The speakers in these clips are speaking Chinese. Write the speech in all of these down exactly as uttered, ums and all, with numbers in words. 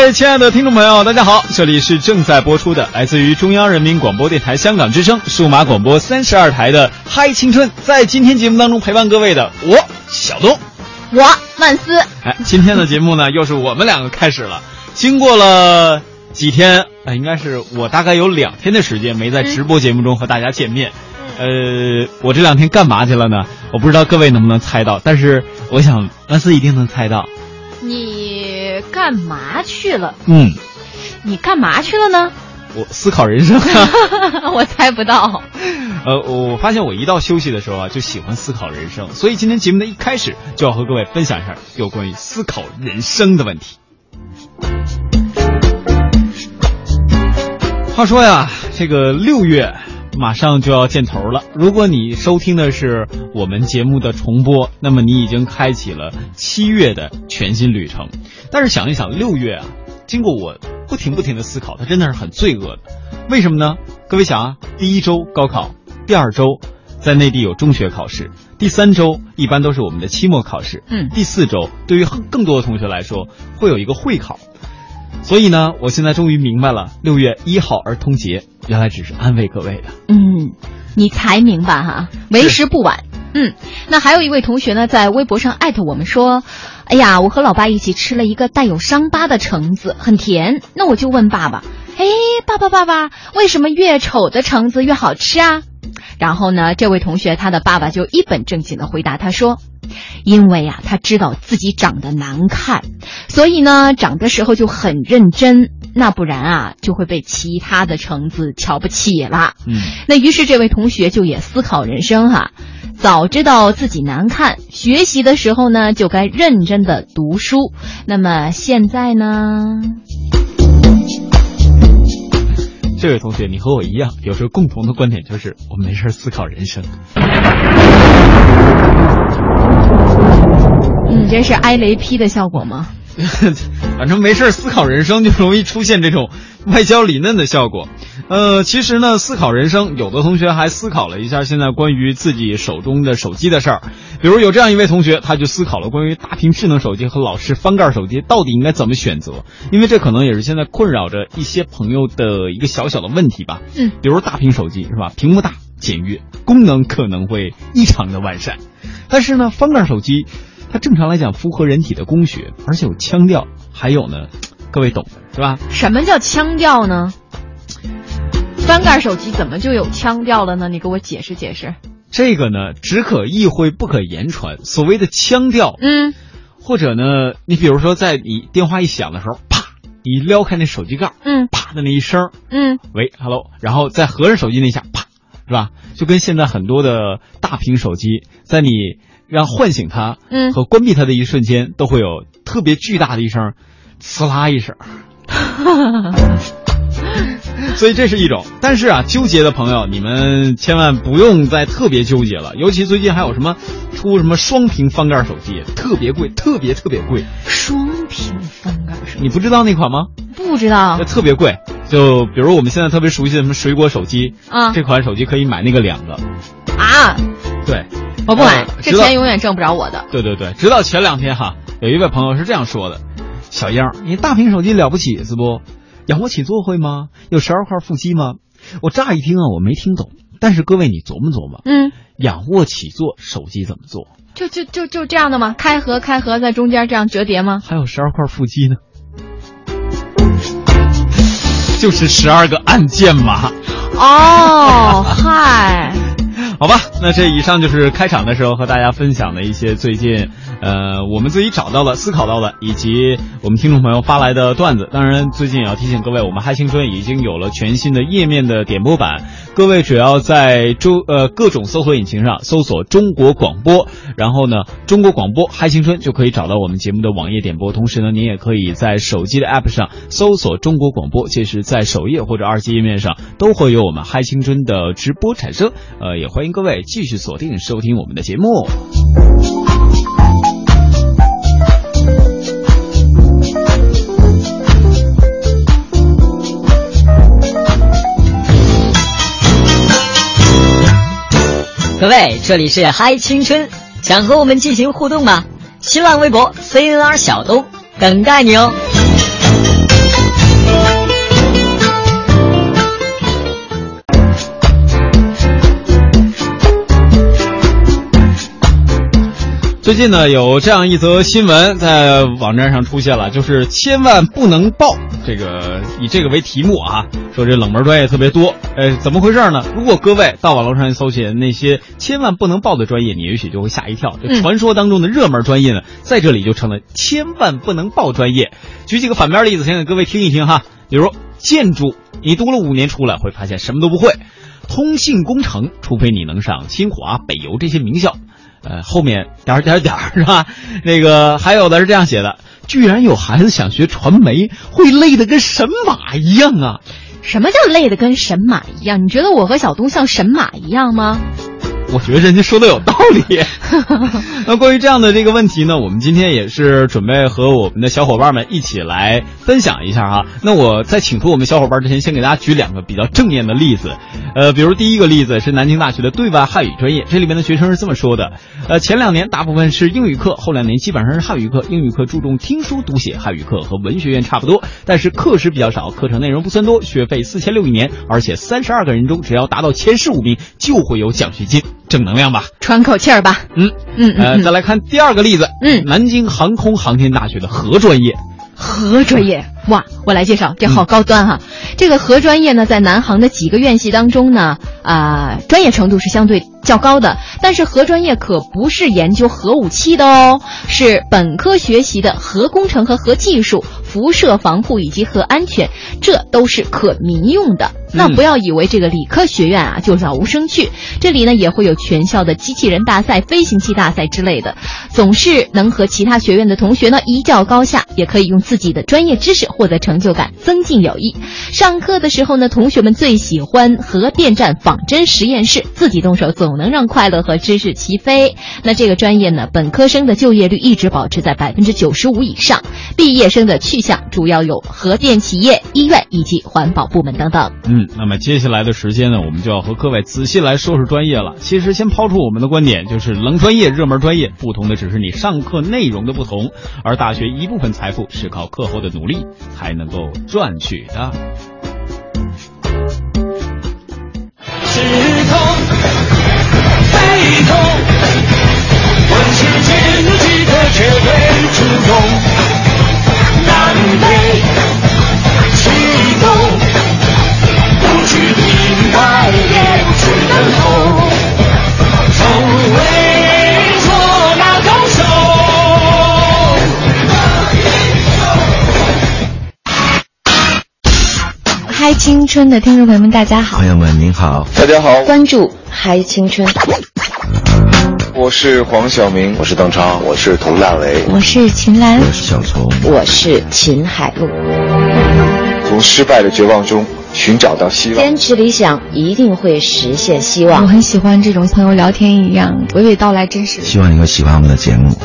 位亲爱的听众朋友，大家好，这里是正在播出的来自于中央人民广播电台香港之声数码广播三十二台的嗨青春，在今天节目当中陪伴各位的我小东， 我曼斯。 哎，今天的节目呢又是我们两个开始了，经过了几天，呃，应该是我大概有两天的时间没在直播节目中和大家见面。呃，我这两天干嘛去了呢？我不知道各位能不能猜到，但是我想曼斯一定能猜到。 你干嘛去了？ 嗯， 你干嘛去了呢？ 我思考人生。 我猜不到。 呃，我发现我一到休息的时候啊，就喜欢思考人生，所以今天节目的一开始就要和各位分享一下有关于思考人生的问题。话说呀，这个六月马上就要见头了，如果你收听的是我们节目的重播，那么你已经开启了七月的全新旅程。但是想一想，六月啊，经过我不停不停的思考，它真的是很罪恶的。为什么呢？各位想啊，第一周高考，第二周在内地有中学考试，第三周一般都是我们的期末考试， 嗯， 第四周对于更多的同学来说会有一个会考。所以呢，我现在终于明白了，六月一号儿童节原来只是安慰各位的。 嗯，你才明白哈，为时不晚。嗯，那还有一位同学呢，在微博上艾特我们说，哎呀，我和老爸一起吃了一个带有伤疤的橙子，很甜。那我就问爸爸，哎，爸爸爸爸，为什么越丑的橙子越好吃啊？然后呢，这位同学他的爸爸就一本正经的回答他说，因为啊，他知道自己长得难看，所以呢，长的时候就很认真，那不然啊，就会被其他的橙子瞧不起了。 嗯， 那于是这位同学就也思考人生哈，早知道自己难看，学习的时候呢，就该认真的读书。那么现在呢？ 这位同学，你和我一样，有着共同的观点，就是我们没事思考人生。 嗯，这是挨雷劈的效果吗？ 反正没事思考人生就容易出现这种外焦里嫩的效果。呃，其实呢，思考人生，有的同学还思考了一下现在关于自己手中的手机的事儿。比如有这样一位同学，他就思考了关于大屏智能手机和老式翻盖手机到底应该怎么选择，因为这可能也是现在困扰着一些朋友的一个小小的问题吧。 嗯， 比如大屏手机是吧，屏幕大、简约，功能可能会异常的完善，但是呢，翻盖手机它正常来讲符合人体的工学，而且有腔调，还有呢，各位懂的是吧？ 什么叫腔调呢？翻盖手机怎么就有腔调了呢？你给我解释解释。 这个呢，只可意会不可言传。所谓的腔调， 嗯， 或者呢，你比如说在你电话一响的时候，啪，一撩开那手机盖， 嗯， 啪的那一声， 嗯， 喂 ，hello， 然后再合上手机那一下，啪，是吧？就跟现在很多的大屏手机，在你让唤醒它， 嗯， 和关闭它的一瞬间，都会有特别巨大的一声，呲啦一声。所以这是一种，但是啊，纠结的朋友，你们千万不用再特别纠结了。尤其最近还有什么出什么双屏翻盖手机，特别贵，特别特别贵。 双屏翻盖手机， 你不知道那款吗？ 不知道， 特别贵。就比如我们现在特别熟悉的什么水果手机啊， 这款手机可以买那个两个啊。 对， 我不买， 呃、 这钱永远挣不着我的。 对对对，直到前两天哈，有一位朋友是这样说的：小英，你大屏手机了不起是不？仰卧起坐会吗？有十二块腹肌吗？我乍一听啊，我没听懂。但是各位，你琢磨琢磨， 嗯， 仰卧起坐手机怎么做？ 就就就就这样的吗？开合开合在中间这样折叠吗？ 还有十二块腹肌呢，就是十二个按键嘛。 哦，嗨。 好吧，那这以上就是开场的时候和大家分享的一些最近呃我们自己找到了思考到的以及我们听众朋友发来的段子。当然最近也要提醒各位，我们嗨青春已经有了全新的页面的点播版，各位只要在周呃各种搜索引擎上搜索中国广播，然后呢中国广播嗨青春就可以找到我们节目的网页点播。同时呢，您也可以在手机的 app 上搜索中国广播，届时在首页或者二级页面上都会有我们嗨青春的直播产生。呃也欢迎各位继续锁定收听我们的节目。 各位，这里是嗨青春，想和我们进行互动吗？新浪微博 C N R 小东等待你哦。 最近呢，有这样一则新闻在网站上出现了，就是千万不能报，这个以这个为题目啊，说这冷门专业特别多。呃，怎么回事呢？如果各位到网络上搜写那些千万不能报的专业，你也许就会吓一跳。这传说当中的热门专业呢，在这里就成了千万不能报专业。举几个反面例子，先给各位听一听哈。比如建筑，你读了五年出来会发现什么都不会；通信工程，除非你能上清华、北邮这些名校。呃，后面点儿点儿点儿是吧？那个还有的是这样写的，居然有孩子想学传媒，会累得跟神马一样啊！ 什么叫累得跟神马一样？你觉得我和小东像神马一样吗？ 我觉得人家说的有道理。那关于这样的这个问题呢，我们今天也是准备和我们的小伙伴们一起来分享一下哈。那我在请出我们小伙伴之前，先给大家举两个比较正面的例子。呃，比如第一个例子是南京大学的对外汉语专业，这里面的学生是这么说的：呃，前两年大部分是英语课，后两年基本上是汉语课。英语课注重听书读写，汉语课和文学院差不多，但是课时比较少，课程内容不算多，学费四千六一年，而且三十二个人中只要达到前十五名就会有奖学金。正能量吧， 喘口气儿吧。 嗯嗯呃，再来看第二个例子， 嗯， 南京航空航天大学的核专业。 核专业，哇，我来介绍，这好高端哈。嗯、这个核专业呢，在南航的几个院系当中呢，啊、呃，专业程度是相对较高的。但是核专业可不是研究核武器的哦，是本科学习的核工程和核技术、辐射防护以及核安全，这都是可民用的。那不要以为这个理科学院啊就了无生趣，这里呢也会有全校的机器人大赛、飞行器大赛之类的，总是能和其他学院的同学呢一较高下，也可以用自己的专业知识获得成就感，增进友谊。上课的时候呢，同学们最喜欢核电站仿真实验室，自己动手总能让快乐和知识齐飞。那这个专业呢，本科生的就业率一直保持在百分之九十五以上，毕业生的去向主要有核电企业、医院以及环保部门等等。 嗯，那么接下来的时间呢，我们就要和各位仔细来说说专业了。其实先抛出我们的观点，就是冷专业、热门专业，不同的只是你上课内容的不同，而大学一部分财富是靠课后的努力才能够赚取的。 是痛，悲痛，问世间几个却会触动，南北激动。不去平白也只能痛，从未做那高手。 嗨青春的听众朋友们大家好， 朋友们您好， 大家好， 关注嗨青春。 我是黄晓明， 我是邓超， 我是佟大为， 我是秦岚， 我是小虫， 我是秦海璐。 从失败的绝望中寻找到希望， 坚持理想一定会实现希望。 我很喜欢这种朋友聊天一样娓娓道来真实， 希望你会喜欢我们的节目。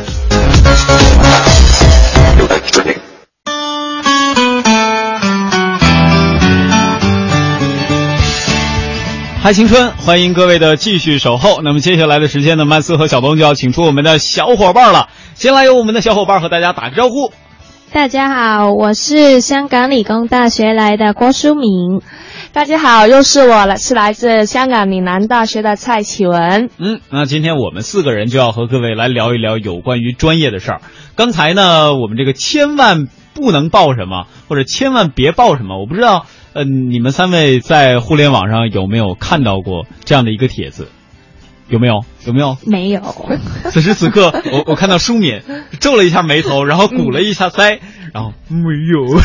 嗨青春，欢迎各位的继续守候。那么接下来的时间呢，曼斯和小东就要请出我们的小伙伴了。先来由我们的小伙伴和大家打个招呼。 大家好，我是香港理工大学来的郭淑敏。 大家好，又是我，是来自香港岭南大学的蔡启文。 嗯，那今天我们四个人就要和各位来聊一聊有关于专业的事儿。刚才呢，我们这个千万不能报什么，或者千万别报什么，我不知道，呃，你们三位在互联网上有没有看到过这样的一个帖子？有没有？有没有？ 没有。 此时此刻，我我看到舒敏皱了一下眉头，然后鼓了一下腮，然后没有。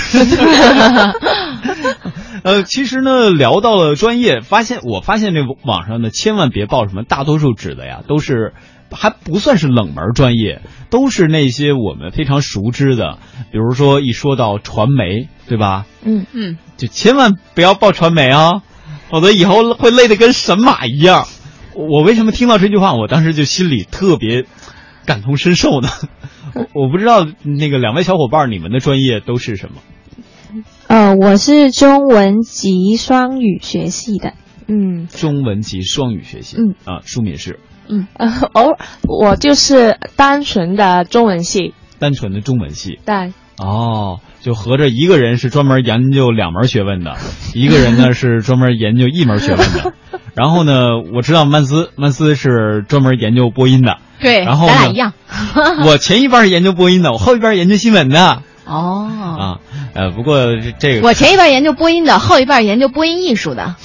呃，其实呢，聊到了专业，发现我发现这网上的千万别报什么，大多数指的呀都是还不算是冷门专业，都是那些我们非常熟知的，比如说一说到传媒，对吧？ 嗯嗯， 就千万不要报传媒啊，否则以后会累得跟神马一样。我为什么听到这句话，我当时就心里特别感同身受呢？我我不知道那个两位小伙伴，你们的专业都是什么？ 呃，我是中文及双语学系的。嗯， 中文及双语学系。 嗯啊，舒敏是。 嗯，呃，哦，我就是单纯的中文系。 单纯的中文系。 对。 哦，就合着一个人是专门研究两门学问的，一个人呢是专门研究一门学问的。 然后呢，我知道曼斯，曼斯是专门研究播音的。 对， 然后咱俩一样。 我前一半是研究播音的，我后一半研究新闻的。 哦。 啊，呃，不过这个我前一半研究播音的，后一半研究播音艺术的。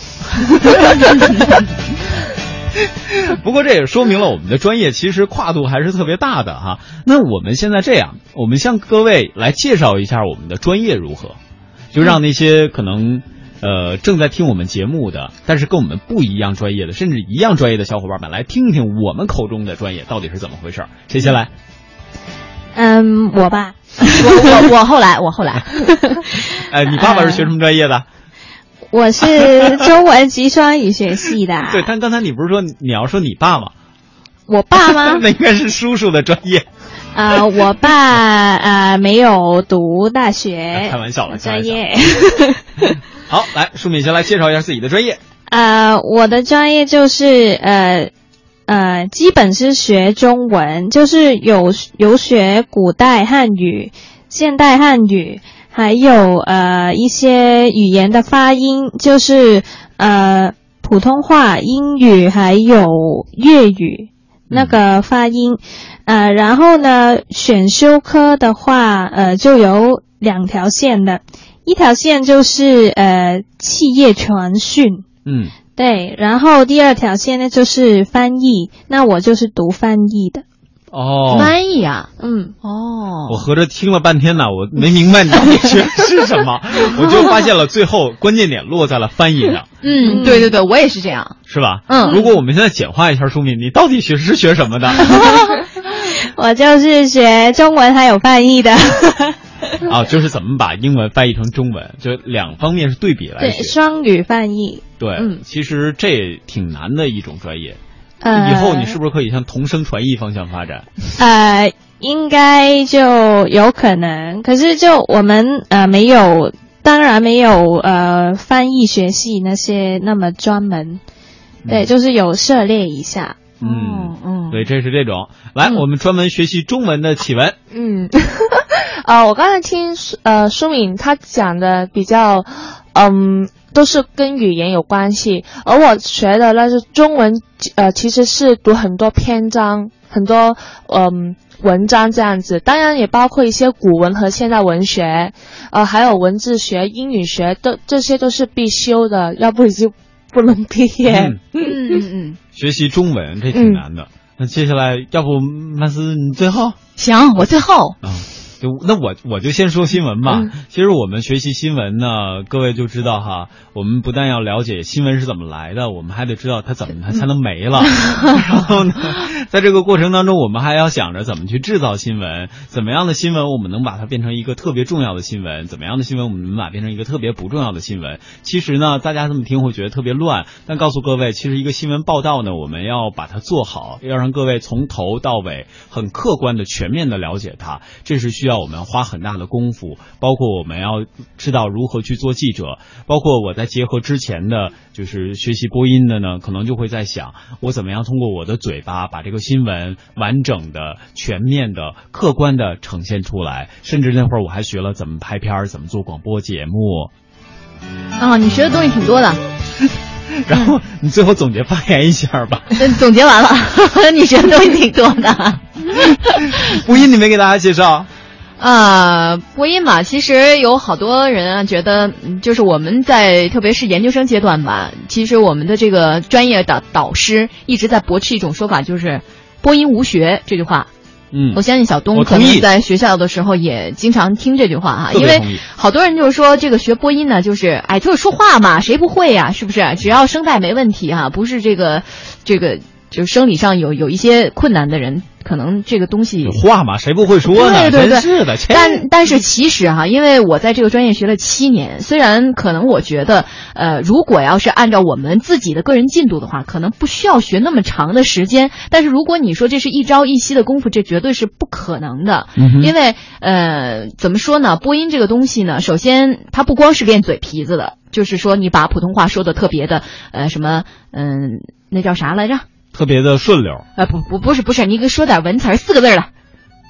不过这也说明了我们的专业其实跨度还是特别大的哈。那我们现在这样，我们向各位来介绍一下我们的专业如何，就让那些可能呃正在听我们节目的，但是跟我们不一样专业的，甚至一样专业的小伙伴们来听听我们口中的专业到底是怎么回事。谁先来？ 嗯，我吧。 我我我后来我后来。 哎，你爸爸是学什么专业的？ 我是中文及双语学系的。 对，但刚才你不是说你要说你爸吗？ 我爸吗？ 那应该是叔叔的专业。 呃，我爸呃没有读大学。 开玩笑了， 专业。 好，来，舒敏先来介绍一下自己的专业。 呃，我的专业就是呃呃，基本是学中文，就是有有学古代汉语、现代汉语。还有呃一些语言的发音，就是呃普通话、英语还有粤语那个发音，呃然后呢选修科的话，呃就有两条线的，一条线就是呃企业传讯， 嗯， 对，然后第二条线呢就是翻译，那我就是读翻译的。 哦， 翻译啊， 嗯， 哦， 我合着听了半天呢，我没明白你到底学的是什么，我就发现了最后关键点落在了翻译上。 嗯，对对对，我也是这样， 是吧？ 嗯， 如果我们现在简化一下，舒敏，你到底学是学什么的？ 我就是学中文还有翻译的。 啊，就是怎么把英文翻译成中文，就两方面是对比来学， 对，双语翻译。 对， 嗯， 其实这挺难的一种专业。 呃， 以后你是不是可以向同声传译方向发展？ 呃，应该就有可能，可是就我们呃没有，当然没有呃翻译学系那些那么专门，对，嗯、就是有涉猎一下。 嗯嗯，对，这是这种。来，嗯、我们专门学习中文的启文。 嗯，呃，我刚才听呃舒敏他讲的比较，嗯。都是跟语言有关系，而我学的那是中文，呃，其实是读很多篇章，很多嗯文章这样子，当然也包括一些古文和现代文学，呃，还有文字学、英语学，都这些都是必修的，要不你就不能毕业。 嗯嗯嗯嗯， 学习中文这挺难的。嗯、那接下来，要不曼斯你最后？ 行，我最后。 嗯。那我我就先说新闻吧。 嗯、 其实我们学习新闻呢，各位就知道哈，我们不但要了解新闻是怎么来的，我们还得知道它怎么它才能没了。然后呢，在这个过程当中，我们还要想着怎么去制造新闻，怎么样的新闻我们能把它变成一个特别重要的新闻，怎么样的新闻我们能把它变成一个特别不重要的新闻。其实呢，大家这么听会觉得特别乱，但告诉各位，其实一个新闻报道呢，我们要把它做好，要让各位从头到尾很客观的、全面的了解它，这是需要我们花很大的功夫，包括我们要知道如何去做记者，包括我在结合之前的就是学习播音的呢，可能就会在想我怎么样通过我的嘴巴把这个新闻完整的、全面的、客观的呈现出来，甚至那会儿我还学了怎么拍片，怎么做广播节目。 啊，你学的东西挺多的。 然后你最后总结发言一下吧。 总结完了，你学的东西挺多的。 播音你没给大家介绍？ 啊，播音嘛，其实有好多人啊觉得，就是我们在特别是研究生阶段吧，其实我们的这个专业的导师一直在驳斥一种说法，就是播音无学这句话。 嗯， 我相信小东可能在学校的时候也经常听这句话哈，因为好多人就是说这个学播音呢，就是哎，就是说话嘛，谁不会呀？是不是？只要声带没问题哈，不是这个这个就生理上有有一些困难的人。可能这个东西话嘛，谁不会说呢？ 对对对， 真是的。 但但是其实哈、啊，因为我在这个专业学了七年，虽然可能我觉得，呃，如果要是按照我们自己的个人进度的话，可能不需要学那么长的时间。但是如果你说这是一朝一夕的功夫，这绝对是不可能的。 嗯、 因为呃，怎么说呢？播音这个东西呢，首先它不光是练嘴皮子的，就是说你把普通话说的特别的，呃，什么，嗯、呃，那叫啥来着？ 特别的顺溜， 呃不不不是不是，你给说点文词儿，四个字的，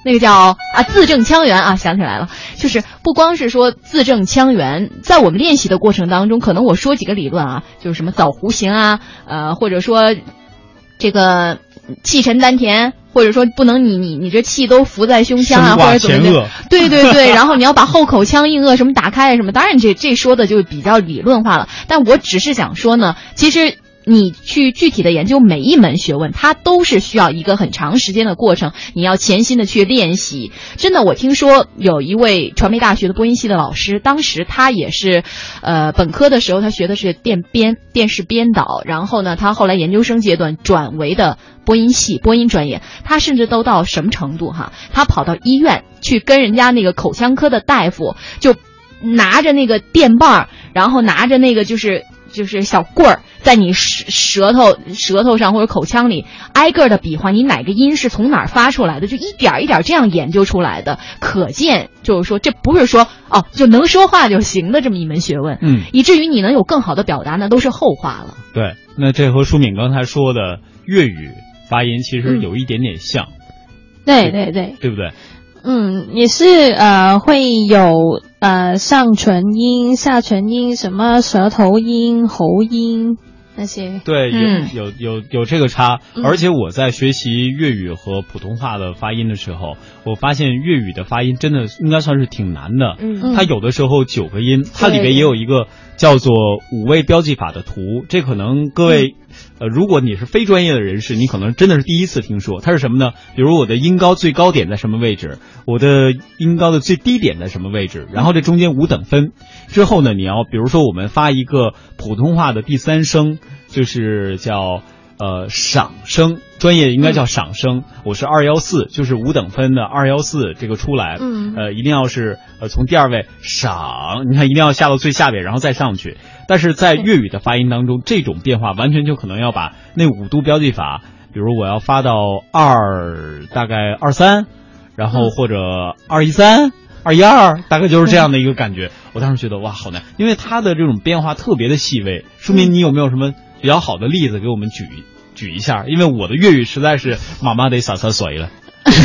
那个叫啊字正腔圆啊，想起来了，就是不光是说字正腔圆，在我们练习的过程当中，可能我说几个理论啊，就是什么枣弧形啊，呃，或者说这个气沉丹田，或者说不能你你你这气都浮在胸腔啊，或者怎么的，对对对，然后你要把后口腔硬腭什么打开啊什么，当然这这说的就比较理论化了，但我只是想说呢，其实你去具体的研究每一门学问，它都是需要一个很长时间的过程，你要潜心的去练习。真的，我听说有一位传媒大学的播音系的老师，当时他也是，呃，本科的时候他学的是电编、电视编导，然后呢，他后来研究生阶段转为的播音系、播音专业。他甚至都到什么程度哈？他跑到医院去跟人家那个口腔科的大夫，就拿着那个电棒，然后拿着那个就是。就是小棍儿在你舌舌头舌头上或者口腔里挨个的比划，你哪个音是从哪儿发出来的，就一点一点这样研究出来的。可见就是说，这不是说哦就能说话就行的这么一门学问， 嗯， 以至于你能有更好的表达，那都是后话了。 对，那这和舒敏刚才说的粤语发音其实有一点点像， 嗯、对对对， 对不对？ 嗯，也是呃会有呃上唇音、下唇音、什么舌头音、喉音那些。 对，有、 嗯、 有有有这个差、嗯。而且我在学习粤语和普通话的发音的时候，我发现粤语的发音真的应该算是挺难的。 嗯， 它有的时候九个音，它里边也有一个叫做五位标记法的图，这可能各位。嗯呃，如果你是非专业的人士，你可能真的是第一次听说。它是什么呢？比如我的音高最高点在什么位置，我的音高的最低点在什么位置，然后这中间五等分。之后呢，你要比如说我们发一个普通话的第三声，就是叫呃赏声，专业应该叫赏声。嗯、我是二幺四，就是五等分的二幺四这个出来， 嗯， 呃，一定要是呃从第二位赏，你看一定要下到最下边，然后再上去。但是在粤语的发音当中，这种变化完全就可能要把那五度标记法，比如我要发到二，大概二三，然后或者二一三、二一二，大概就是这样的一个感觉。我当时觉得哇，好难，因为它的这种变化特别的细微。说明你有没有什么比较好的例子给我们举举一下？因为我的粤语实在是妈妈得洒洒水了。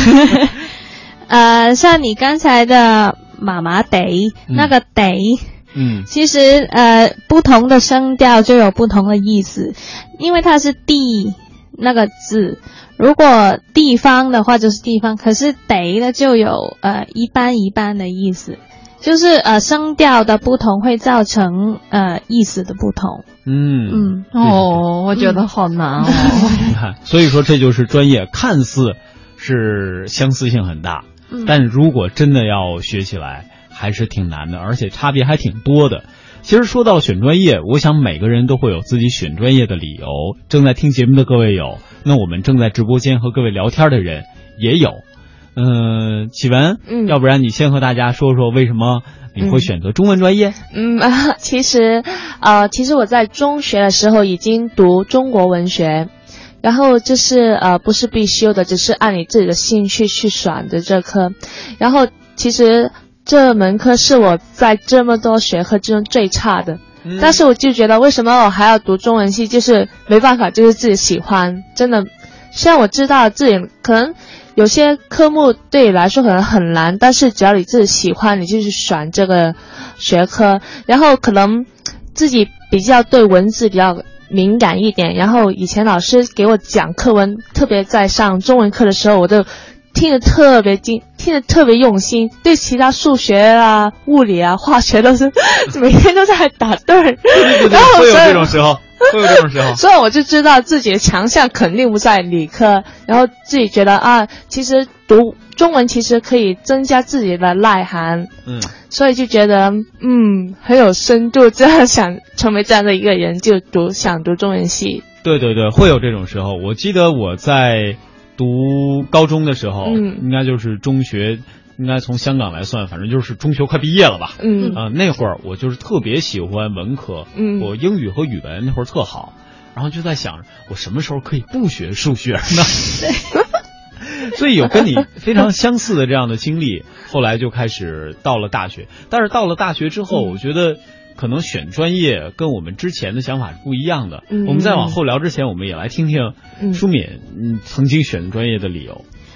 呃，像你刚才的妈妈得、嗯、那个得。 嗯， 其实呃，不同的声调就有不同的意思，因为它是地那个字，如果地方的话就是地方，可是得呢就有呃一般一般的意思，就是呃声调的不同会造成呃意思的不同。 嗯嗯哦，我觉得好难哦。 你看，所以说这就是专业，看似是相似性很大， 嗯、 但如果真的要学起来。还是挺难的，而且差别还挺多的。其实说到选专业，我想每个人都会有自己选专业的理由。正在听节目的各位有，那我们正在直播间和各位聊天的人也有。嗯、呃，启文， 嗯， 要不然你先和大家说说为什么你会选择中文专业？ 嗯，嗯其实，呃，其实我在中学的时候已经读中国文学。然后就是呃不是必修的，只是按你自己的兴趣去选的这科。然后其实这门课是我在这么多学科之中最差的，嗯、但是我就觉得为什么我还要读中文系，就是没办法，就是自己喜欢。真的，虽然我知道自己可能有些科目对你来说可能很难，但是只要你自己喜欢，你就去选这个学科。然后可能自己比较对文字比较敏感一点，然后以前老师给我讲课文，特别在上中文课的时候，我都听得特别精，听得特别用心，对其他数学啊、物理啊、化学都是每天都在打盹儿。 对对对，会有这种时候，会有这种时候。 所以我就知道自己的强项肯定不在理科，然后自己觉得啊，其实读中文其实可以增加自己的内涵。 嗯。 所以就觉得嗯很有深度，这样想成为这样的一个人，就读想读中文系。 对对对，会有这种时候。我记得我在读高中的时候， 嗯， 应该就是中学，应该从香港来算，反正就是中学快毕业了吧。 嗯啊、呃，那会儿我就是特别喜欢文科， 嗯， 我英语和语文那会儿特好，然后就在想我什么时候可以不学数学呢？所以有跟你非常相似的这样的经历，后来就开始到了大学。但是到了大学之后，我觉得可能选专业跟我们之前的想法是不一样的。 嗯， 我们再往后聊之前，我们也来听听舒敏嗯曾经选专业的理由。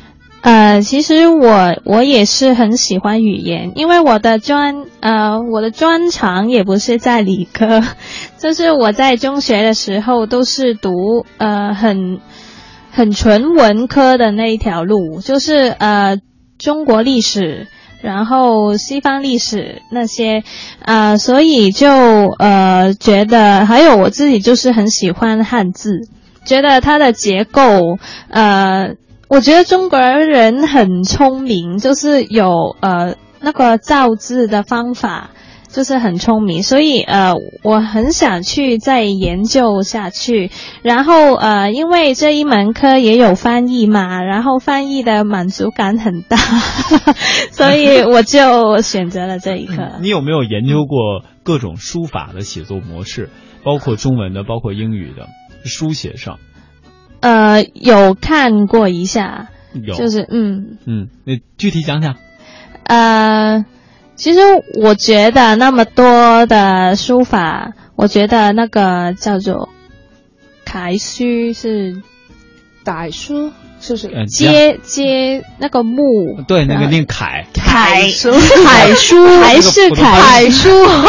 呃，其实我我也是很喜欢语言，因为我的专呃我的专长也不是在理科，就是我在中学的时候都是读呃很很纯文科的那一条路，就是呃中国历史，然后西方历史那些，呃，所以就呃觉得，还有我自己就是很喜欢汉字，觉得它的结构，呃，我觉得中国人很聪明，就是有呃那个造字的方法，就是很聪明，所以呃我很想去再研究下去。然后呃因为这一门课也有翻译嘛，然后翻译的满足感很大，所以我就选择了这一课。 嗯，你有没有研究过各种书法的写作模式，包括中文的，包括英语的书写上？ 呃有看过一下， 有， 就是嗯嗯，那具体讲讲。 呃其实我觉得那么多的书法，我觉得那个叫做楷书是楷书，是不是？ 呃接接那个木， 对，那个念楷楷书，楷书还是楷书，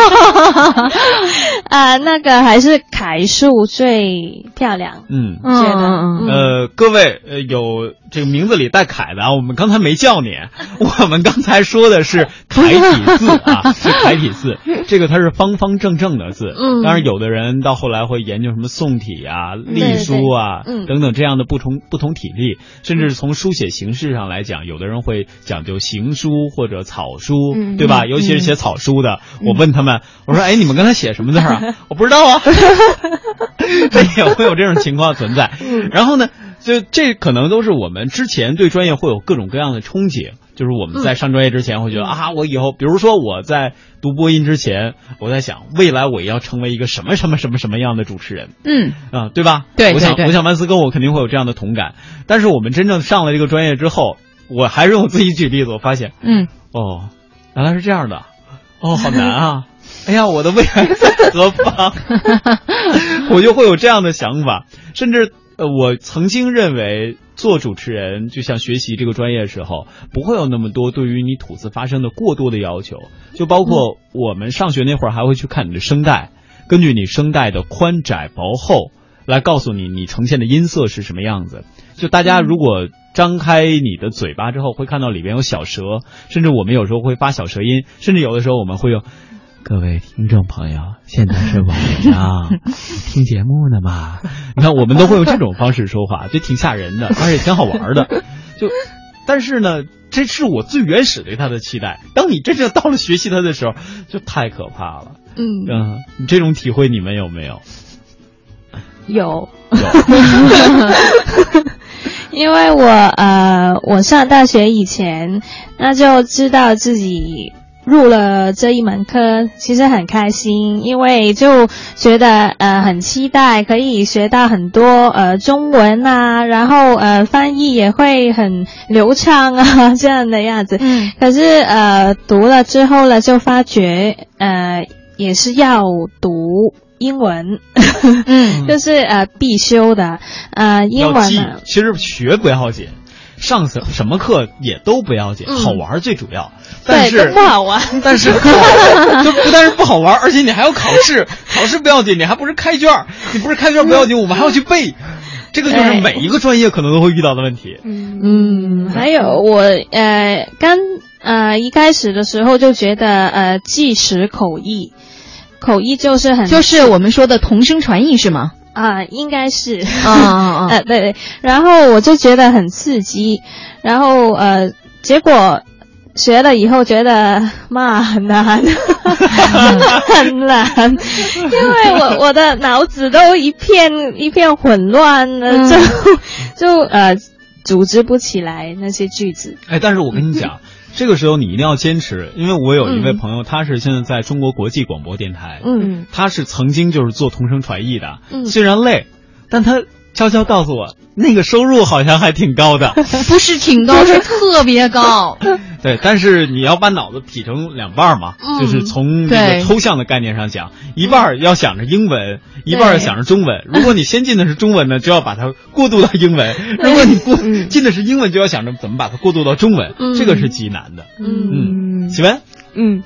啊、呃，那个还是楷书最漂亮。 嗯， 觉得嗯呃，各位呃有这个名字里带楷的啊，我们刚才没叫你，我们刚才说的是楷体字啊，是楷体字，这个它是方方正正的字。 嗯， 当然有的人到后来会研究什么宋体啊、隶书啊对对对、嗯、 等等这样的不同不同体例，甚至从书写形式上来讲，有的人会讲究行书或者草书， 嗯、 对吧？尤其是写草书的，嗯、我问他们，我说：“哎，你们刚才写什么字啊？”我不知道啊。这也会有这种情况存在。然后呢，就这可能都是我们之前对专业会有各种各样的憧憬。就是我们在上专业之前会觉得、嗯、啊，我以后，比如说我在读播音之前，我在想未来我要成为一个什么什么什么什么样的主持人， 嗯啊，对吧？ 对， 我想对对我想万斯跟我肯定会有这样的同感。但是我们真正上了这个专业之后，我还是用自己举例子，我发现， 嗯， 哦，原来是这样的，哦，好难啊！哎呀，我的未来在何方？我就会有这样的想法，甚至呃，我曾经认为。做主持人就像学习这个专业的时候，不会有那么多对于你吐字发声的过多的要求，就包括我们上学那会儿还会去看你的声带，根据你声带的宽窄薄厚来告诉你你呈现的音色是什么样子。就大家如果张开你的嘴巴之后会看到里边有小舌，甚至我们有时候会发小舌音，甚至有的时候我们会用各位听众朋友，现在是晚上，听节目呢嘛？你看，我们都会用这种方式说话，就挺吓人的，而且挺好玩的。就，但是呢，这是我最原始对他的期待。当你真正到了学习他的时候，就太可怕了。 嗯嗯，你这种体会你们有没有？ 有。 有。 因为我呃，我上大学以前，那就知道自己。入了这一门课，其实很开心，因为就觉得呃很期待可以学到很多呃中文啊，然后呃翻译也会很流畅啊这样的样子。 嗯， 可是呃读了之后呢，就发觉呃也是要读英文， 嗯， 就是呃必修的呃英文呢。 其实学不要紧。上什么课也都不要紧， 嗯、 好玩最主要。但是对，不好玩。 但是就不但是不好玩，而且你还要考试，考试不要紧，你还不是开卷，你不是开卷不要紧，我们还要去背。这个就是每一个专业可能都会遇到的问题。 嗯，还有我呃刚呃一开始的时候就觉得呃即时口译，口译就是很就是我们说的同声传译是吗？ 啊，应该是啊啊， 呃，对对，然后我就觉得很刺激，然后呃，结果学了以后觉得妈很难，很难，因为我我的脑子都一片一片混乱了， 嗯、 就就呃组织不起来那些句子。 哎，但是我跟你讲。这个时候你一定要坚持，因为我有一位朋友，嗯、他是现在在中国国际广播电台， 嗯， 他是曾经就是做同声传译的， 嗯， 虽然累，但他悄悄告诉我， 那个收入好像还挺高的， 不是挺高，是特别高。 对，但是你要把脑子劈成两半嘛，嗯、就是从这个抽象的概念上讲，一半要想着英文，一半想着中文。如果你先进的是中文呢，就要把它过渡到英文；如果你过进的是英文，就要想着怎么把它过渡到中文。嗯、这个是极难的。嗯，启文， 嗯，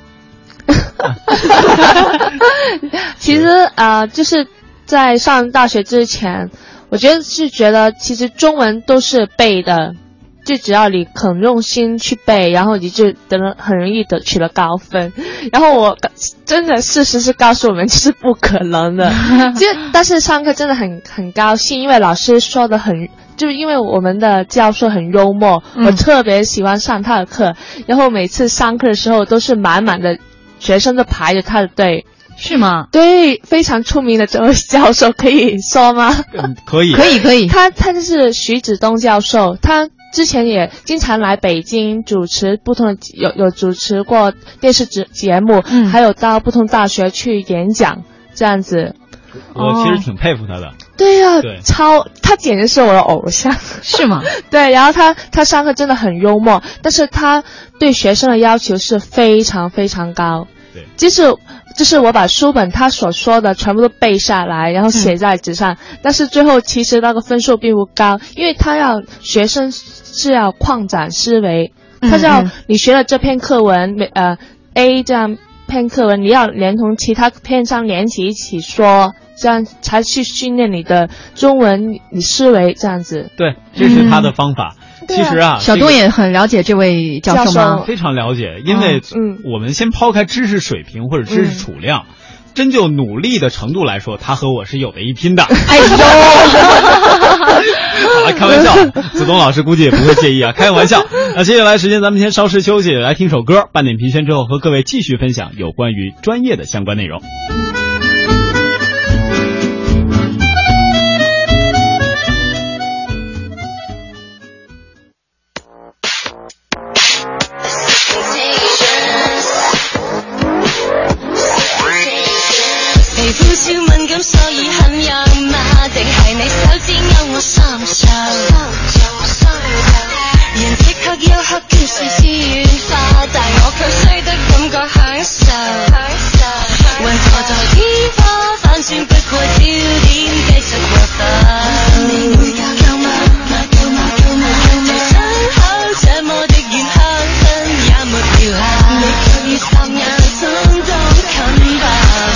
其实啊、呃，就是在上大学之前。我觉得是觉得其实中文都是背的，就只要你肯用心去背，然后你就得了很容易得取了高分。然后我真的事实是告诉我们这是不可能的。就但是上课真的很很高兴，因为老师说的很，就是因为我们的教授很幽默，嗯、我特别喜欢上他的课。然后每次上课的时候都是满满的学生都排着他的队。 是吗？ 对，非常出名的这位教授，可以说吗？ 嗯，可以， 可以，可以。 他他就是徐子东教授，他之前也经常来北京主持不同的，有有主持过电视节节目，嗯，还有到不同大学去演讲，这样子。 我其实挺佩服他的。哦、 对呀、啊，超他简直是我的偶像， 是吗？ 对，然后他他上课真的很幽默，但是他对学生的要求是非常非常高。 对， 即使就是我把书本他所说的全部都背下来，然后写在纸上，嗯、但是最后其实那个分数并不高，因为他要学生是要扩展思维，嗯、他是要你学了这篇课文，呃 A 这样篇课文，你要连同其他篇章连起一起说，这样才去训练你的中文你思维这样子。 对，这是他的方法。嗯其实啊， 小东也很了解这位教授吗？ 非常了解，因为我们先抛开知识水平或者知识储量，嗯、真就努力的程度来说，他和我是有的一拼的。 哎呦， 好了，开玩笑，子东老师估计也不会介意啊，开个玩笑。那接下来时间咱们先稍事休息，来听首歌，半点评宣之后和各位继续分享有关于专业的相关内容。 少敏感，所以很有嘛？定係你手指勾我心上，人即刻休克，叫事自願化，但我卻須得感覺享受。雲坐在天花，反轉不過焦點，繼續過分。你會夠嗎？夠嗎？夠嗎？夠嗎？傷口這麼的遠，香氛也沒掉下，你卻要霎眼中都近吧。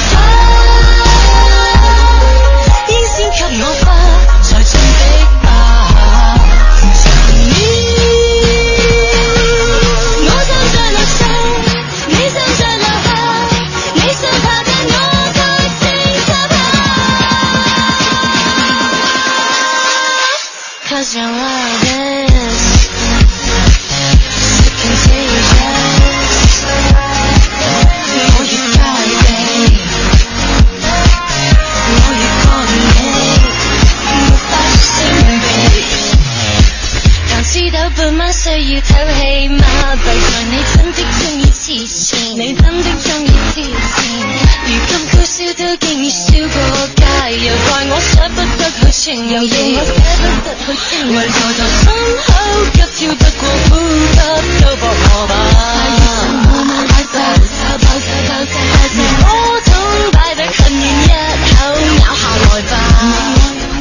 給我吧，才進的吧。我站在樓上，你站在樓下，你想爬但我卻正在爬。Cause your love is so contagious， 我越戒備，我越過你。知道半晚需要透氣嗎？弊在你真的鍾意黐線，你真的鍾意黐線。如今高燒都經已燒過街，又怪我捨不得去情，又認我捨不得去情。為何在心口急跳不過呼吸都搏我吧？爆炸爆炸爆炸爆炸爆炸，火種擺得很遠，一口咬下來吧。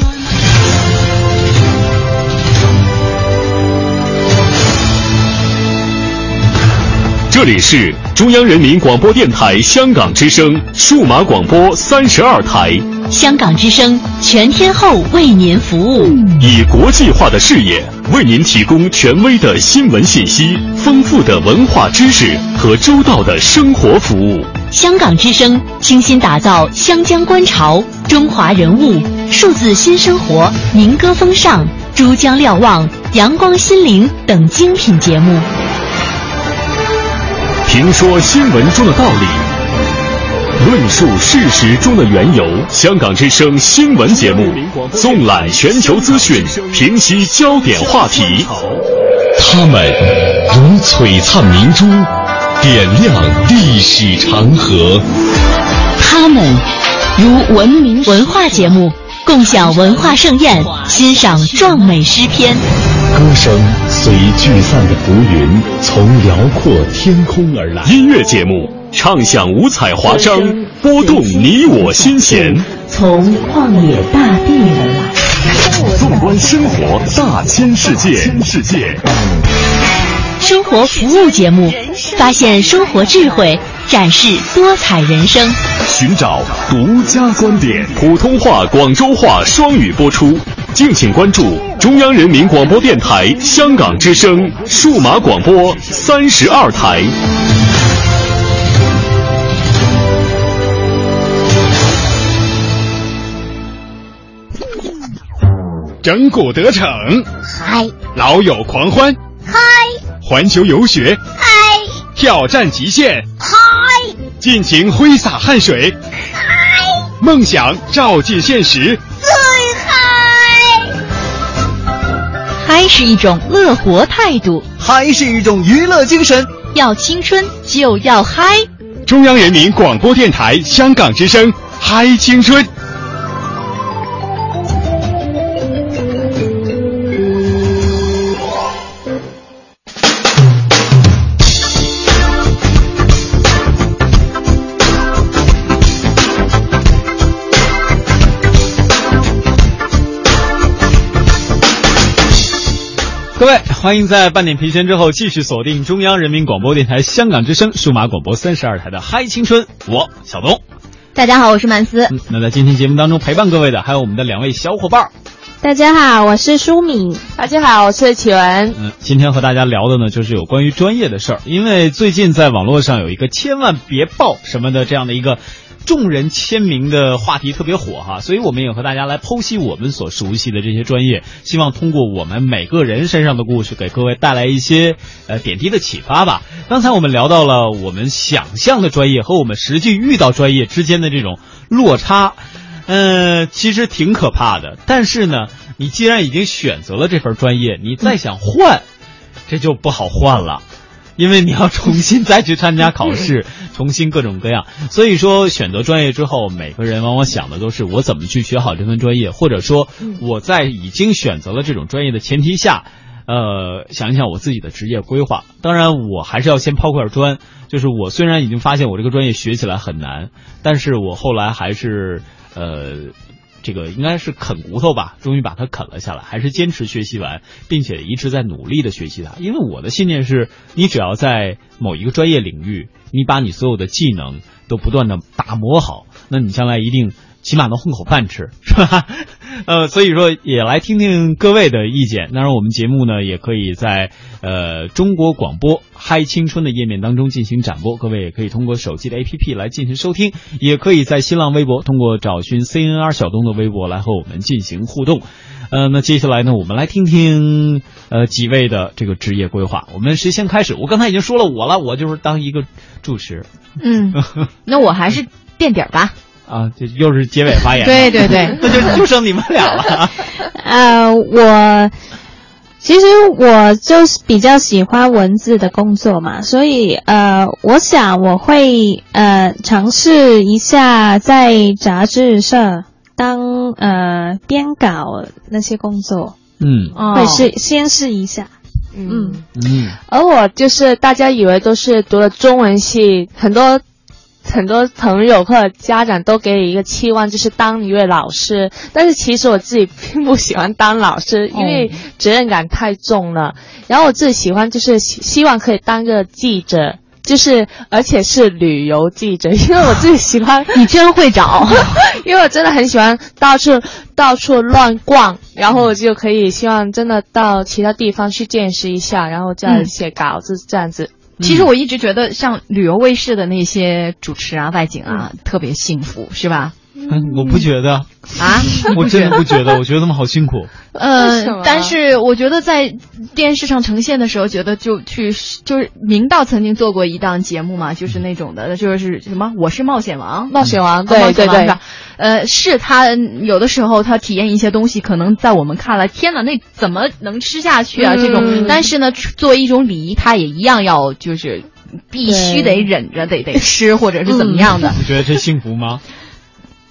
这里是中央人民广播电台香港之声数码广播三十二台， 香港之声全天候为您服务， 以国际化的视野为您提供权威的新闻信息、丰富的文化知识和周到的生活服务。 香港之声倾心打造湘江观潮、中华人物、数字新生活、民歌风尚、珠江瞭望、阳光心灵等精品节目。 评说新闻中的道理，论述事实中的缘由。香港之声新闻节目纵览全球资讯，平息焦点话题。他们如璀璨明珠，点亮历史长河。 他们如文明文化节目， 共享文化盛宴，欣赏壮美诗篇。 歌声随聚散的浮云，从辽阔天空而来。音乐节目畅享五彩华章，拨动你我心弦， 从旷野大地而来。 纵观生活大千世界，世界。 生活服务节目，发现生活智慧，展示多彩人生， 寻找独家观点。普通话、广州话双语播出，敬请关注中央人民广播电台香港之声数码广播三十二台。 整蛊得逞， 嗨； 老友狂欢， 嗨； 环球游学， 嗨； 挑战极限， 嗨； 尽情挥洒汗水， 嗨； 梦想照进现实， 最嗨。 嗨是一种乐活态度， 嗨是一种娱乐精神。 要青春就要嗨！ 中央人民广播电台香港之声，嗨青春。 各位，欢迎在半点评宣之后继续锁定中央人民广播电台香港之声数码广播三十二台的嗨青春，我小东。 大家好，我是曼斯。 嗯，那在今天节目当中陪伴各位的还有我们的两位小伙伴。 大家好，我是舒敏。 大家好，我是启文。 嗯，今天和大家聊的呢，就是有关于专业的事儿。因为最近在网络上有一个千万别报什么的这样的一个众人签名的话题特别火哈，所以我们也和大家来剖析我们所熟悉的这些专业，希望通过我们每个人身上的故事，给各位带来一些呃点滴的启发吧。刚才我们聊到了我们想象的专业和我们实际遇到专业之间的这种落差，呃，其实挺可怕的。但是呢，你既然已经选择了这份专业，你再想换，这就不好换了。因为你要重新再去参加考试，重新各种各样。所以说选择专业之后，每个人往往想的都是我怎么去学好这份专业，或者说我在已经选择了这种专业的前提下，呃，想一想我自己的职业规划。当然我还是要先抛块砖，就是我虽然已经发现我这个专业学起来很难，但是我后来还是呃这个应该是啃骨头吧，终于把它啃了下来，还是坚持学习完，并且一直在努力的学习它。因为我的信念是，你只要在某一个专业领域，你把你所有的技能都不断的打磨好，那你将来一定起码能混口饭吃，是吧？呃，所以说也来听听各位的意见。当然我们节目呢也可以在呃中国广播嗨青春的页面当中进行展播，各位也可以通过手机的 A P P 来进行收听，也可以在新浪微博通过找寻 C N R 小东的微博来和我们进行互动。呃，那接下来呢，我们来听听呃几位的这个职业规划。我们谁先开始？我刚才已经说了我了，我就是当一个主持。 嗯，那我还是垫底儿吧。 啊，这又是结尾发言。 对对对， 那就就剩你们俩了。 呃，我其实我就是比较喜欢文字的工作嘛，所以呃，我想我会呃尝试一下在杂志社当呃编稿那些工作。 嗯， 会试先试一下。 嗯嗯， 而我就是大家以为都是读了中文系，很多。很多朋友或者家长都给你一个期望，就是当一位老师，但是其实我自己并不喜欢当老师，因为责任感太重了。然后我自己喜欢就是希望可以当个记者，就是而且是旅游记者，因为我自己喜欢。 你真会找， 因为我真的很喜欢到处到处乱逛，然后我就可以希望真的到其他地方去见识一下，然后再写稿子、嗯、这样子。 其实我一直觉得像旅游卫视的那些主持啊、外景啊，嗯、特别幸福，是吧？ 嗯，我不觉得啊， 我真的不觉得，我觉得他们好辛苦。 呃，但是我觉得在电视上呈现的时候，觉得就去就是明道曾经做过一档节目嘛，就是那种的，就是什么我是冒险王， 冒险王， 对对对， 是吧？呃，是他有的时候他体验一些东西，可能在我们看来，天哪，那怎么能吃下去啊？嗯、这种，但是呢，作为一种礼仪，他也一样要就是必须得忍着，得得吃，或者是怎么样的。 你觉得这幸福吗？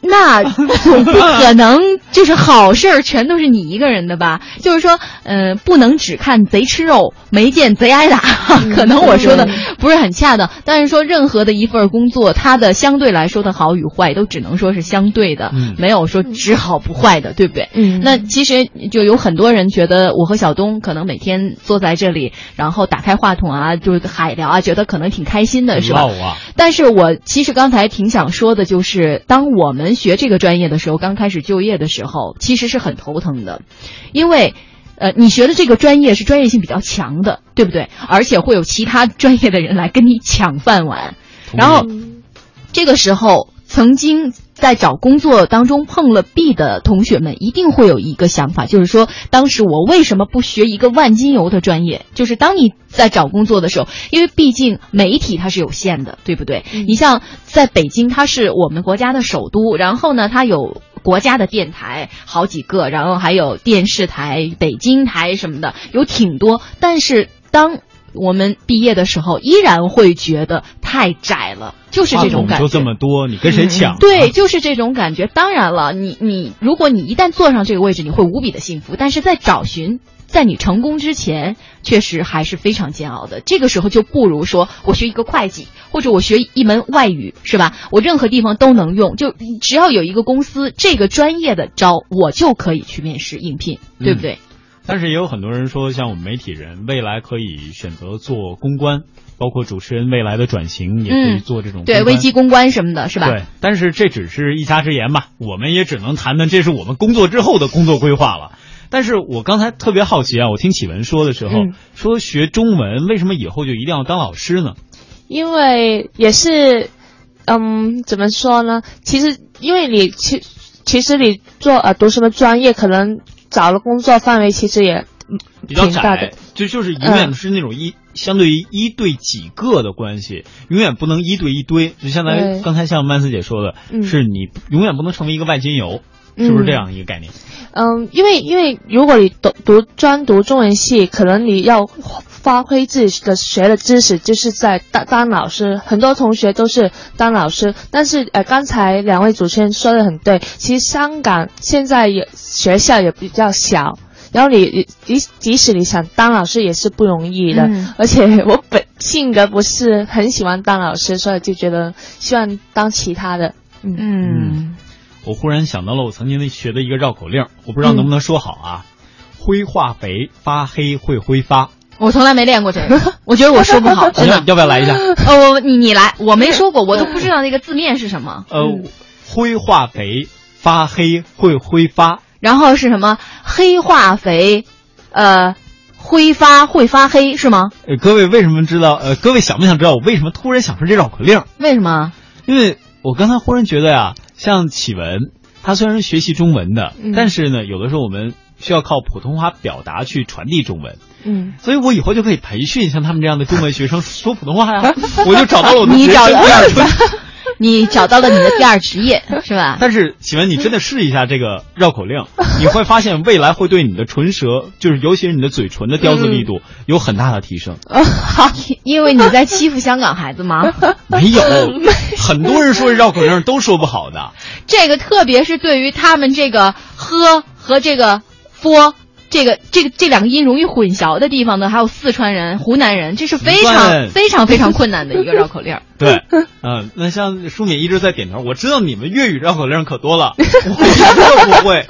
那不可能，就是好事儿全都是你一个人的吧？就是说，呃，不能只看贼吃肉，没见贼挨打。可能我说的不是很恰当，但是说任何的一份工作，它的相对来说的好与坏，都只能说是相对的， 嗯、 没有说只好不坏的，对不对？ 嗯。 那其实就有很多人觉得，我和小东可能每天坐在这里，然后打开话筒啊，就是海聊啊，觉得可能挺开心的，是吧？ 啊、 但是我其实刚才挺想说的，就是当我们学这个专业的时候，刚开始就业的时候，其实是很头疼的，因为呃，你学的这个专业是专业性比较强的，对不对？而且会有其他专业的人来跟你抢饭碗，然后这个时候曾经在找工作当中碰了壁的同学们一定会有一个想法，就是说当时我为什么不学一个万金油的专业？就是当你在找工作的时候，因为毕竟媒体它是有限的，对不对？嗯、你像在北京，它是我们国家的首都，然后呢它有国家的电台好几个，然后还有电视台、北京台什么的，有挺多，但是当我们毕业的时候依然会觉得太窄了，就是这种感觉。 就这么多，你跟谁抢、啊嗯？ 对，就是这种感觉。当然了，你你如果你一旦坐上这个位置，你会无比的幸福。但是在找寻，在你成功之前，确实还是非常煎熬的。这个时候就不如说我学一个会计，或者我学一门外语，是吧？我任何地方都能用，就只要有一个公司这个专业的招，我就可以去面试应聘，对不对？嗯， 但是也有很多人说，像我们媒体人未来可以选择做公关，包括主持人未来的转型也可以做这种公关、嗯、 对危机公关什么的，是吧？ 对，但是这只是一家之言吧，我们也只能谈谈这是我们工作之后的工作规划了。但是我刚才特别好奇啊，我听启文说的时候、嗯、说学中文为什么以后就一定要当老师呢？ 因为也是嗯怎么说呢，其实因为你其其实你做呃读什么专业，可能找了工作范围其实也比较窄，就就是永远是那种一、嗯、相对于一对几个的关系，永远不能一对一堆，就相当于刚才像曼斯姐说的、嗯、是你永远不能成为一个万金油、嗯、是不是这样一个概念？ 嗯，因为因为如果你读读专读中文系，可能你要发挥自己的学的知识，就是在当当老师，很多同学都是当老师。但是呃，刚才两位主持人说的很对，其实香港现在也学校也比较小，然后你即即使你想当老师也是不容易的。嗯、而且我本性格不是很喜欢当老师，所以就觉得希望当其他的。嗯。 嗯，我忽然想到了我曾经学的一个绕口令，我不知道能不能说好啊。嗯、灰化肥发黑会挥发。 我从来没练过这个，我觉得我说不好，真的。 要不要来一下？ 呃，我你你来，我没说过，我都不知道那个字面是什么。 呃，灰化肥发黑会挥发， 然后是什么？黑化肥，呃，挥发会发黑是吗？ 呃，各位为什么知道？呃，各位想不想知道我为什么突然想出这绕口令？ 为什么？ 因为我刚才忽然觉得呀，像启文，他虽然是学习中文的，嗯、但是呢，有的时候我们需要靠普通话表达去传递中文。 嗯， 所以我以后就可以培训像他们这样的中文学生说普通话呀，我就找到了我的你找到了，你找到了你的第二职业是吧？ 但是启文，你真的试一下这个绕口令，你会发现未来会对你的唇舌，就是尤其是你的嘴唇的雕字力度、嗯、有很大的提升。 因为你在欺负香港孩子吗？ 没有，很多人说绕口令都说不好的。 这个特别是对于他们这个呵和这个佛。这个这个这两个音容易混淆的地方呢，还有四川人、湖南人，这是非常非常非常困难的一个绕口令。 对，嗯、呃，那像舒敏一直在点头，我知道你们粤语绕口令可多了，我真的不会。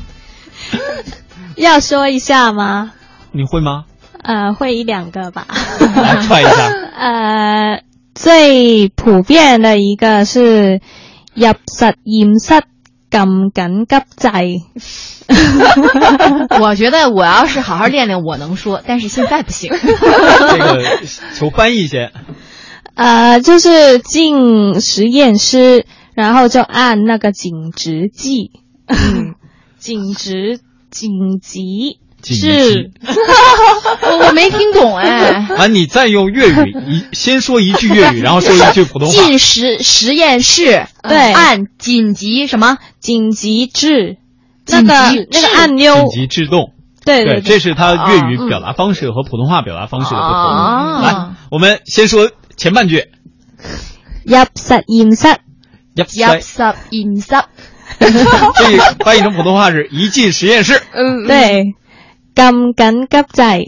要说一下吗？ 你会吗？ 呃，会一两个吧。 来踹一下。 呃，最普遍的一个是入實驗室撳緊急掣。 我觉得我要是好好练练，我能说，但是现在不行。 这个求翻译先。 呃，就是进实验室，然后就按那个紧急键，嗯，紧急紧急是， 我我没听懂哎。 啊，你再用粤语，一先说一句粤语，然后说一句普通话。 进实实验室， 对， 按紧急什么？ 紧急制。那个那个按钮紧急制动， 对 对, 对，这是他粤语表达方式和普通话表达方式的不同。 啊、 来，我们先说前半句。 入實驗室， 入入室驗室。 这翻译成普通话是一进实验室。 嗯，对，撳緊急掣。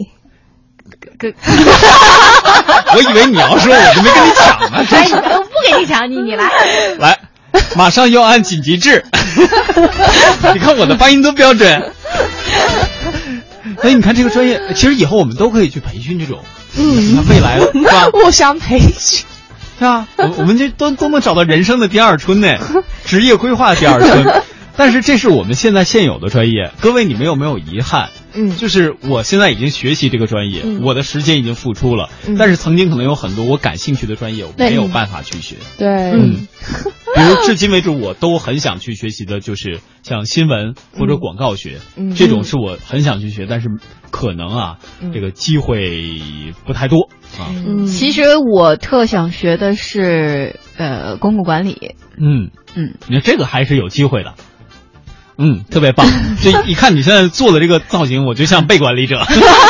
我以为你要说，我就没跟你抢呢。 哎，我不给你抢，你你来。 来，马上要按紧急制。你看我的发音多标准。所以你看这个专业，其实以后我们都可以去培训这种，嗯，未来是吧？ 互相培训。 是啊，我我们这都都能找到人生的第二春呢，职业规划的第二春。但是这是我们现在现有的专业，各位你们有没有遗憾？ 嗯， 就是我现在已经学习这个专业，嗯、我的时间已经付出了、嗯，但是曾经可能有很多我感兴趣的专业，我没有办法去学。 对， 嗯，比如至今为止我都很想去学习的，就是像新闻或者广告学，嗯、这种是我很想去学，但是可能啊，嗯、这个机会不太多啊。 嗯，其实我特想学的是呃公共管理。 嗯嗯，你看这个还是有机会的。嗯，特别棒！这一看你现在做的这个造型，我就像被管理者。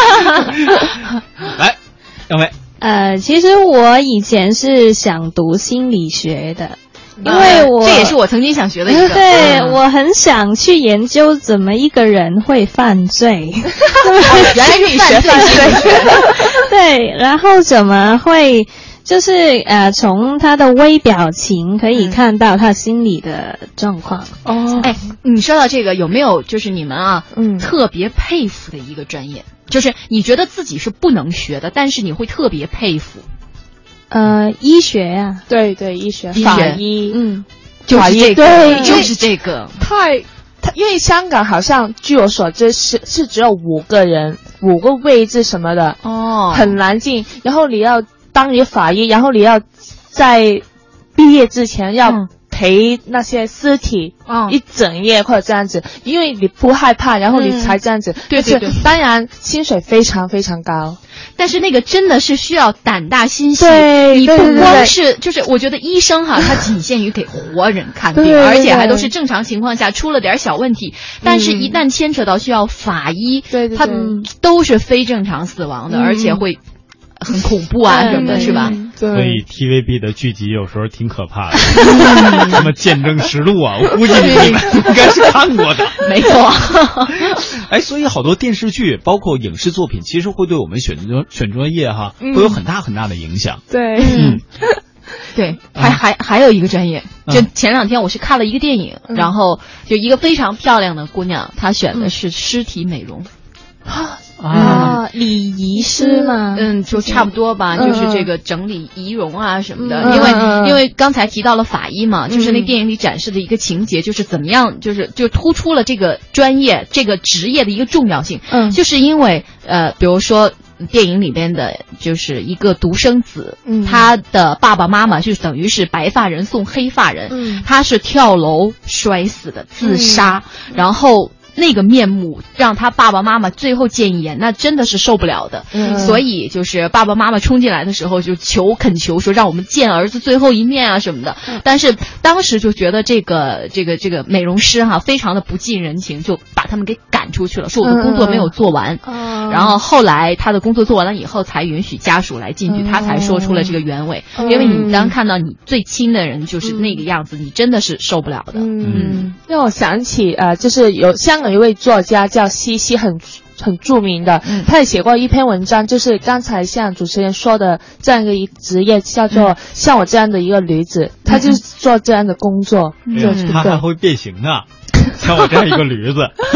来，两位。 呃，其实我以前是想读心理学的，因为我、 呃、这也是我曾经想学的一个。 对、嗯，我很想去研究怎么一个人会犯罪。 原来是犯罪心理学。 对，然后怎么会？就是呃，从他的微表情可以看到他心理的状况。 哦，哎，你说到这个，有没有就是你们啊，嗯，特别佩服的一个专业？就是你觉得自己是不能学的，但是你会特别佩服。 呃，医学呀、啊， 对对，医学， 医法医， 嗯，就是这个，对，就是这个， 太，太，因为香港好像据我所知是是只有五个人，五个位置什么的， 哦， 很难进，然后你要。当你法医，然后你要在毕业之前要陪那些尸体一整夜或者这样子，因为你不害怕，然后你才这样子。 嗯、对对对， 当然薪水非常非常高， 但是那个真的是需要胆大心细。 对， 你不光是就是我觉得医生哈，他仅限于给活人看病，而且还都是正常情况下出了点小问题，但是一旦牵扯到需要法医， 对对对， 他都是非正常死亡的，嗯、而且会。很恐怖啊，什么的，是吧？ 所以 T V B 的剧集有时候挺可怕的，什么《见证实录》啊，我估计你们应该是看过的。 没错。 哎，所以好多电视剧，包括影视作品，其实会对我们选择选专业哈，嗯、会有很大很大的影响。 对， 嗯，对，还还还有一个专业，就前两天我是看了一个电影，嗯、然后就一个非常漂亮的姑娘，她选的是尸体美容。 啊啊，礼仪师吗？ 嗯，就差不多吧，嗯、就是这个整理仪容啊什么的。嗯、因为、嗯、因为刚才提到了法医嘛，嗯、就是那电影里展示的一个情节，就是怎么样，就是就突出了这个专业这个职业的一个重要性。嗯，就是因为呃，比如说电影里边的就是一个独生子，嗯，他的爸爸妈妈就等于是白发人送黑发人，嗯，他是跳楼摔死的，自杀，嗯、然后。那个面目让他爸爸妈妈最后见一眼，那真的是受不了的。嗯，所以就是爸爸妈妈冲进来的时候就求恳求说让我们见儿子最后一面啊什么的。嗯、但是当时就觉得这个这个这个美容师哈、啊、非常的不近人情，就把他们给赶出去了，说我的工作没有做完。嗯、然后后来他的工作做完了以后，才允许家属来进去，嗯、他才说出了这个原委。嗯、因为你当看到你最亲的人就是那个样子，嗯、你真的是受不了的。 嗯，嗯让我想起呃，就是有香。有一位作家叫西西，很很著名的，嗯、他也写过一篇文章，就是刚才像主持人说的这样一个职业，叫做、嗯、像我这样的一个女子，嗯、她就是做这样的工作， 嗯、就是她还会变形呢，像我这样一个驴子。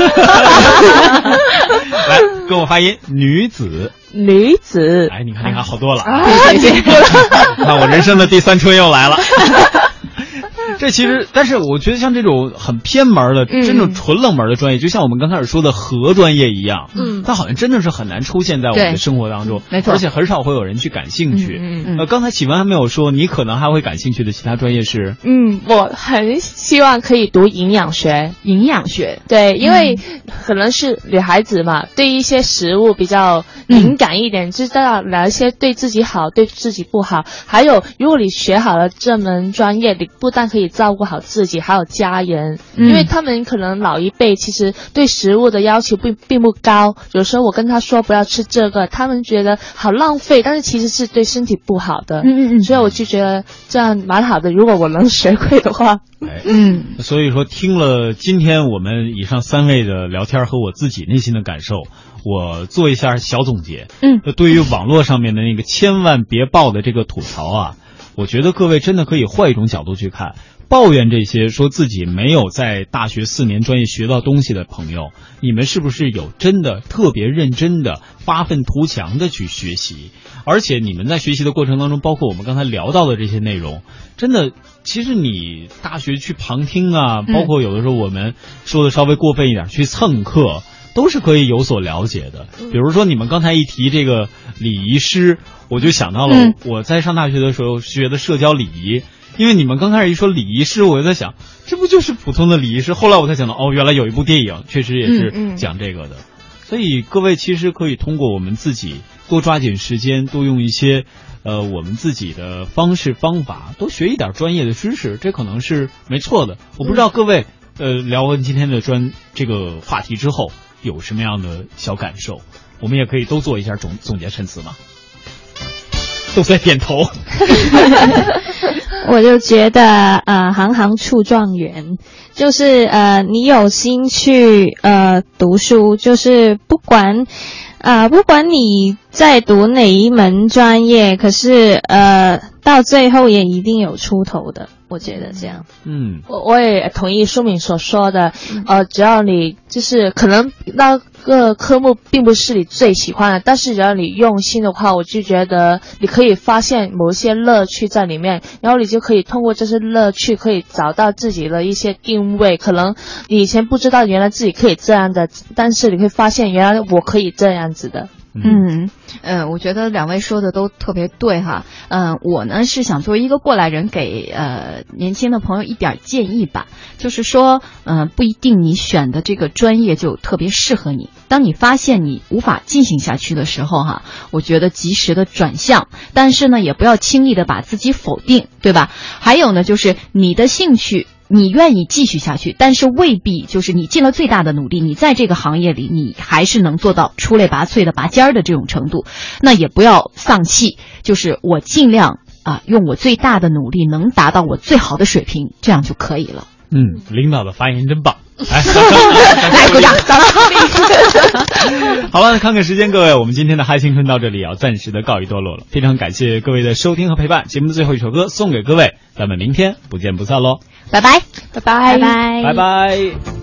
来，跟我发音，女子， 女子。 哎，你看，你看，好多了啊！进步了。 那我人生的第三春又来了。这其实，但是我觉得像这种很偏门的、嗯、真正纯冷门的专业，就像我们刚开始说的核专业一样，嗯，它好像真的是很难出现在我们的生活当中， 没错， 而且很少会有人去感兴趣。 嗯嗯。 呃，刚才启文还没有说，你可能还会感兴趣的其他专业是？ 嗯，我很希望可以读营养学。 营养学， 对，因为可能是女孩子嘛，对一些食物比较敏感一点，嗯、知道哪一些对自己好，对自己不好。还有，如果你学好了这门专业，你不但可以可以照顾好自己还有家人， 嗯因为他们可能老一辈其实对食物的要求并并不高，有时候我跟他说不要吃这个，他们觉得好浪费，但是其实是对身体不好的。 嗯嗯嗯， 所以我就觉得这样蛮好的，如果我能学会的话。 嗯， 所以说听了今天我们以上三位的聊天和我自己内心的感受，我做一下小总结。 嗯， 对于网络上面的那个千万别爆的这个吐槽啊，我觉得各位真的可以换一种角度去看。抱怨这些说自己没有在大学四年专业学到东西的朋友，你们是不是有真的特别认真的发愤图强的去学习？而且你们在学习的过程当中，包括我们刚才聊到的这些内容，真的其实你大学去旁听啊，包括有的时候我们说的稍微过分一点，去蹭课都是可以有所了解的。比如说你们刚才一提这个礼仪师，我就想到了我在上大学的时候学的社交礼仪。因为你们刚开始一说礼仪师，我就在想，这不就是普通的礼仪师？后来我才想到，哦，原来有一部电影确实也是讲这个的。嗯嗯、所以各位其实可以通过我们自己多抓紧时间，多用一些呃我们自己的方式方法，多学一点专业的知识，这可能是没错的。我不知道各位呃聊完今天的专这个话题之后有什么样的小感受，我们也可以都做一下总总结陈词嘛。都在点头。 我就觉得呃行行出状元，就是呃你有心去呃读书，就是不管啊、呃、不管你在读哪一门专业，可是呃到最后也一定有出头的。我觉得这样， 嗯， 我我也同意舒敏所说的，呃，只要你就是可能那个科目并不是你最喜欢的，但是只要你用心的话，我就觉得你可以发现某一些乐趣在里面，然后你就可以通过这些乐趣，可以找到自己的一些定位。可能你以前不知道原来自己可以这样的，但是你会发现原来我可以这样子的。 嗯，呃，我觉得两位说的都特别对哈。嗯、呃，我呢是想作为一个过来人给呃年轻的朋友一点建议吧，就是说，嗯、呃，不一定你选的这个专业就特别适合你。当你发现你无法进行下去的时候哈，我觉得及时的转向，但是呢，也不要轻易的把自己否定，对吧？还有呢，就是你的兴趣。你愿意继续下去，但是未必就是你尽了最大的努力，你在这个行业里你还是能做到出类拔萃的拔尖儿的这种程度，那也不要丧气，就是我尽量啊用我最大的努力能达到我最好的水平，这样就可以了。 嗯，领导的发言真棒，来， 来鼓掌，掌声鼓励。好了，看看时间，各位，我们今天的嗨青春到这里要暂时的告一段落了。非常感谢各位的收听和陪伴，节目的最后一首歌送给各位，咱们明天不见不散喽， 拜拜， 拜拜， 拜拜， 拜拜。